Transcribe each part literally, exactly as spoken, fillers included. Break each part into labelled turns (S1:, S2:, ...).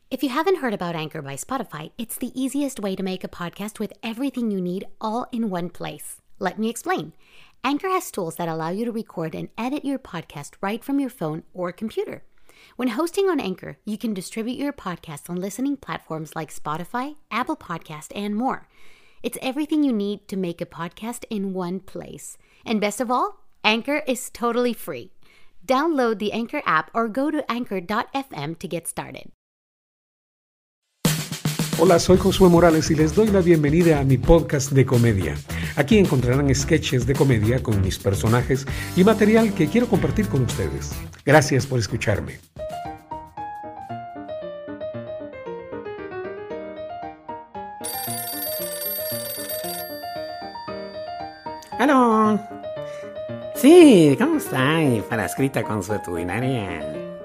S1: If you haven't heard about Anchor by Spotify, it's the easiest way to make a podcast with everything you need all in one place. Let me explain. Anchor has tools that allow you to record and edit your podcast right from your phone or computer. When hosting on Anchor, you can distribute your podcast on listening platforms like Spotify, Apple Podcast, and more. It's everything you need to make a podcast in one place. And best of all, Anchor is totally free. Download the Anchor app or go to anchor dot f m to get started.
S2: Hola, soy Josué Morales y les doy la bienvenida a mi podcast de comedia. Aquí encontrarán sketches de comedia con mis personajes y material que quiero compartir con ustedes. Gracias por escucharme.
S3: ¡Aló! Sí, ¿cómo está? Para escrita consuetudinaria.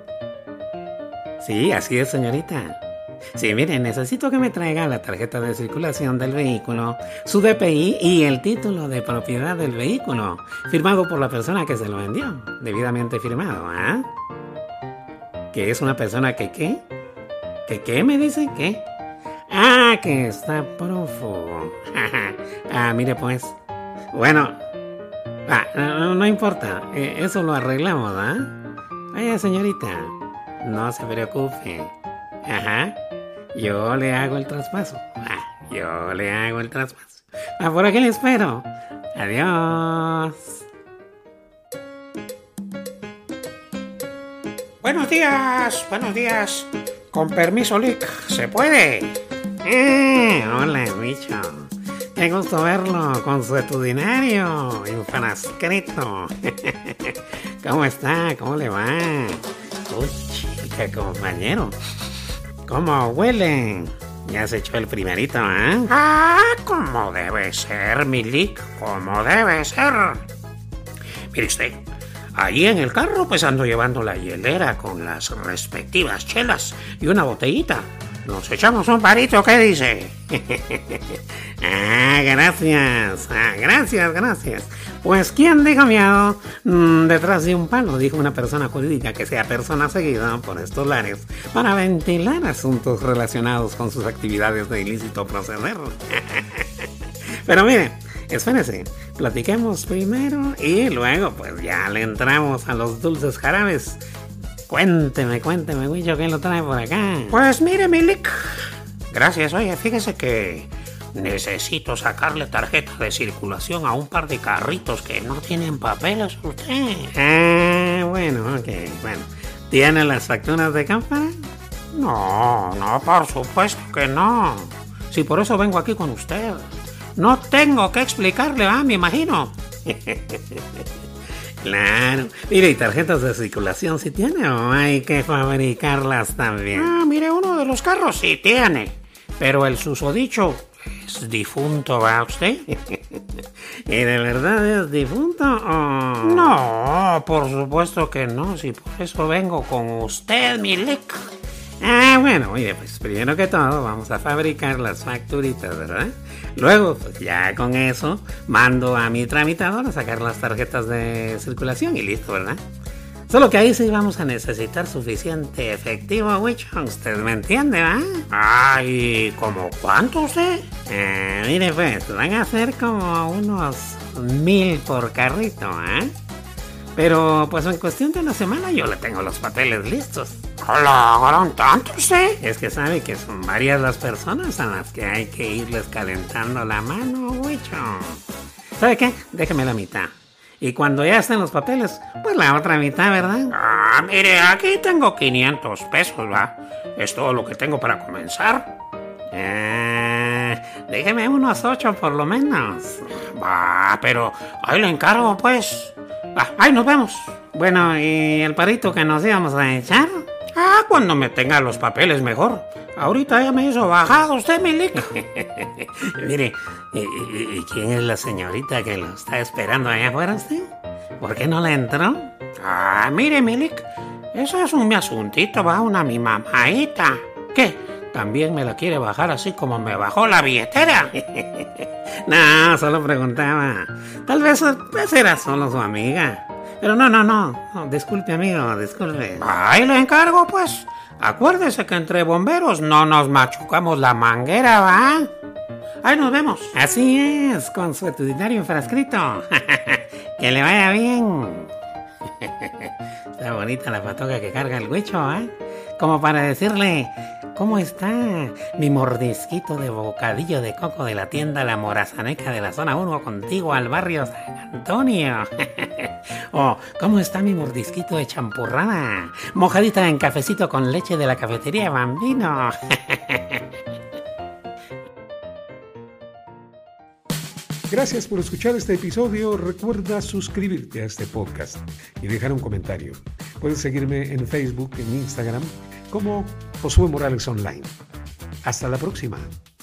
S3: Sí, así es, señorita. Sí, mire, necesito que me traiga la tarjeta de circulación del vehículo, su D P I y el título de propiedad del vehículo, firmado por la persona que se lo vendió, debidamente firmado, ¿ah? ¿eh? ¿Que es una persona que qué? ¿Que qué me dice? ¿Qué? Ah, que está prófugo. Ah, mire pues. Bueno, ah, no, no importa, eh, eso lo arreglamos, ¿ah? ¿eh? Vaya, señorita, no se preocupe. Ajá. Yo le hago el traspaso. Ah, yo le hago el traspaso. Ah, por aquí le espero. Adiós.
S4: Buenos días, buenos días. Con permiso, Lick, ¿se puede?
S3: Eh, hola, bicho. Qué gusto verlo, consuetudinario, infrascrito. ¿Cómo está? ¿Cómo le va? Uy, chica, compañero. ¿Cómo huele? Ya se echó el primerito, ¿eh?
S4: Ah, como debe ser, mi Lick, como debe ser. Mire usted, ahí en el carro pues ando llevando la hielera con las respectivas chelas y una botellita. Nos echamos un parito, ¿qué dice?
S3: Ah, gracias, ah, gracias, gracias. Pues, ¿quién dijo miado? Mm, detrás de un palo, dijo una persona jurídica que sea persona seguida por estos lares para ventilar asuntos relacionados con sus actividades de ilícito proceder. Pero mire, espérese, platiquemos primero y luego pues ya le entramos a los dulces jarabes. Cuénteme, cuénteme, Huicho, ¿qué lo trae por acá?
S4: Pues mire, mi Lick. Gracias, oye, fíjese que necesito sacarle tarjeta de circulación a un par de carritos que no tienen papeles, usted.
S3: Ah, bueno, ok, bueno. ¿Tiene las facturas de cámara?
S4: No, no, por supuesto que no. Si por eso vengo aquí con usted. No tengo que explicarle, ah, me imagino.
S3: Claro. Mire, ¿y tarjetas de circulación sí tiene o hay que fabricarlas también?
S4: Ah, mire, uno de los carros sí tiene, pero el susodicho es difunto, ¿va usted?
S3: ¿Y de verdad es difunto o...?
S4: No, por supuesto que no, si por eso vengo con usted, mi Lick.
S3: Ah, bueno, oye, pues primero que todo vamos a fabricar las facturitas, ¿verdad? Luego, pues ya con eso, mando a mi tramitador a sacar las tarjetas de circulación y listo, ¿verdad? Solo que ahí sí vamos a necesitar suficiente efectivo, Wicho, usted me entiende, ¿va?
S4: Ay, ¿cómo cuánto usted?
S3: Eh, mire pues, van a ser como unos mil por carrito, ¿eh? Pero pues en cuestión de una semana yo le tengo los papeles listos.
S4: ¿Colaboran tanto usted?
S3: Es que sabe que son varias las personas a las que hay que irles calentando la mano, Wicho. ¿Sabe qué? Déjeme la mitad. Y cuando ya estén los papeles, pues la otra mitad, ¿verdad?
S4: Ah, mire, aquí tengo quinientos pesos, ¿va? Es todo lo que tengo para comenzar.
S3: Ah, déjeme unos ocho por lo menos.
S4: Va, pero ahí lo encargo, pues. Ah, ahí nos vemos.
S3: Bueno, ¿y el parito que nos íbamos a echar?
S4: Ah, cuando me tenga los papeles mejor. Ahorita ya me hizo bajado usted, mi Lick.
S3: Mire, ¿y, y, ¿y quién es la señorita que lo está esperando allá afuera usted? ¿Por qué no le entró?
S4: Ah, mire, mi Lick, eso es un mi asuntito, va, una mi mamaita. ¿Qué? ¿También me la quiere bajar así como me bajó la billetera?
S3: No, solo preguntaba. Tal vez pues, era solo su amiga. Pero no, no, no, no. Disculpe, amigo, disculpe.
S4: Ahí le encargo, pues. Acuérdese que entre bomberos no nos machucamos la manguera, ¿va? Ahí nos vemos.
S3: Así es, consuetudinario infrascrito. Que le vaya bien. Está bonita la patoca que carga el huicho, ¿eh? Como para decirle, ¿cómo está mi mordisquito de bocadillo de coco de la tienda La Morazaneca de la zona uno contigo al barrio San Antonio? O, ¿cómo está mi mordisquito de champurrada mojadita en cafecito con leche de la cafetería Bambino?
S2: Gracias por escuchar este episodio. Recuerda suscribirte a este podcast y dejar un comentario. Puedes seguirme en Facebook, en Instagram, como Josué Morales Online. Hasta la próxima.